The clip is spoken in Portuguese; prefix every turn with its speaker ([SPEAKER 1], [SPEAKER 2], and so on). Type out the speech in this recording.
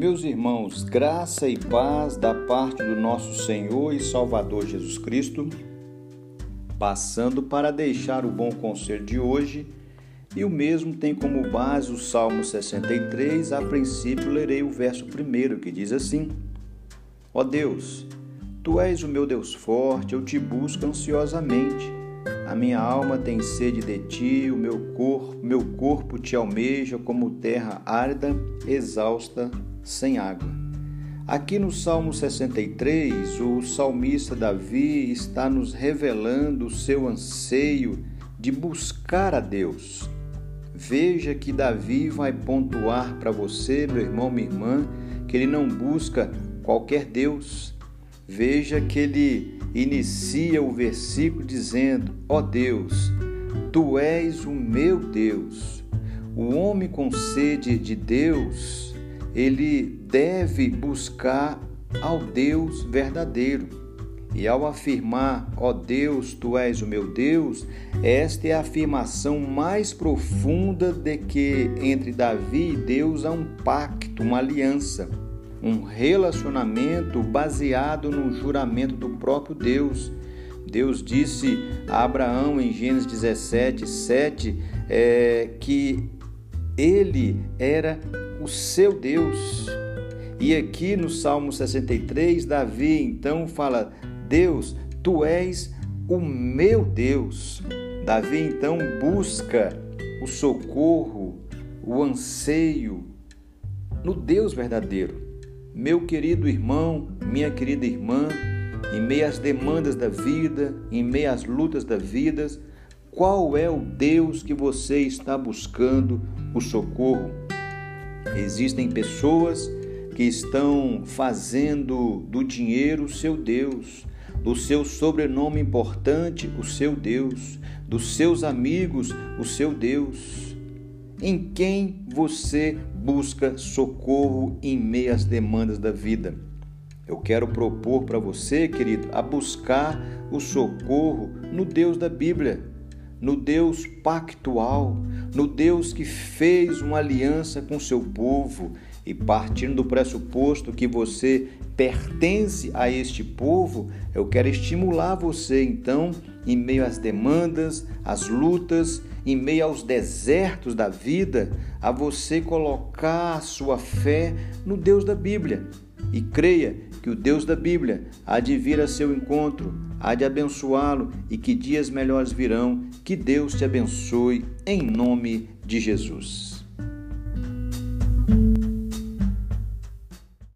[SPEAKER 1] Meus irmãos, graça e paz da parte do nosso Senhor e Salvador Jesus Cristo, passando para deixar o bom conselho de hoje, e o mesmo tem como base o Salmo 63. A princípio lerei o verso 1, que diz assim: Ó Deus, Tu és o meu Deus forte, eu te busco ansiosamente. A minha alma tem sede de Ti, o meu corpo te almeja como terra árida, exausta, sem água. Aqui no Salmo 63, o salmista Davi está nos revelando o seu anseio de buscar a Deus. Veja que Davi vai pontuar para você, meu irmão, minha irmã, que ele não busca qualquer Deus. Veja que ele inicia o versículo dizendo: Ó Deus, Tu és o meu Deus. O homem com sede de Deus, ele deve buscar ao Deus verdadeiro. E ao afirmar: Ó Deus, Tu és o meu Deus, esta é a afirmação mais profunda de que entre Davi e Deus há um pacto, uma aliança, um relacionamento baseado no juramento do próprio Deus. Deus disse a Abraão em Gênesis 17:7 que ele era o seu Deus. E aqui no Salmo 63, Davi então fala: Deus, Tu és o meu Deus. Davi então busca o socorro, o anseio no Deus verdadeiro. Meu querido irmão, minha querida irmã, em meio às demandas da vida, em meio às lutas da vida, qual é o Deus que você está buscando o socorro? Existem pessoas que estão fazendo do dinheiro o seu Deus, do seu sobrenome importante o seu Deus, dos seus amigos o seu Deus. Em quem você busca socorro em meio às demandas da vida? Eu quero propor para você, querido, a buscar o socorro no Deus da Bíblia, no Deus pactual, no Deus que fez uma aliança com seu povo. E partindo do pressuposto que você pertence a este povo, eu quero estimular você, então, em meio às demandas, às lutas, em meio aos desertos da vida, a você colocar a sua fé no Deus da Bíblia. E creia que o Deus da Bíblia há de vir a seu encontro, há de abençoá-lo e que dias melhores virão. Que Deus te abençoe em nome de Jesus.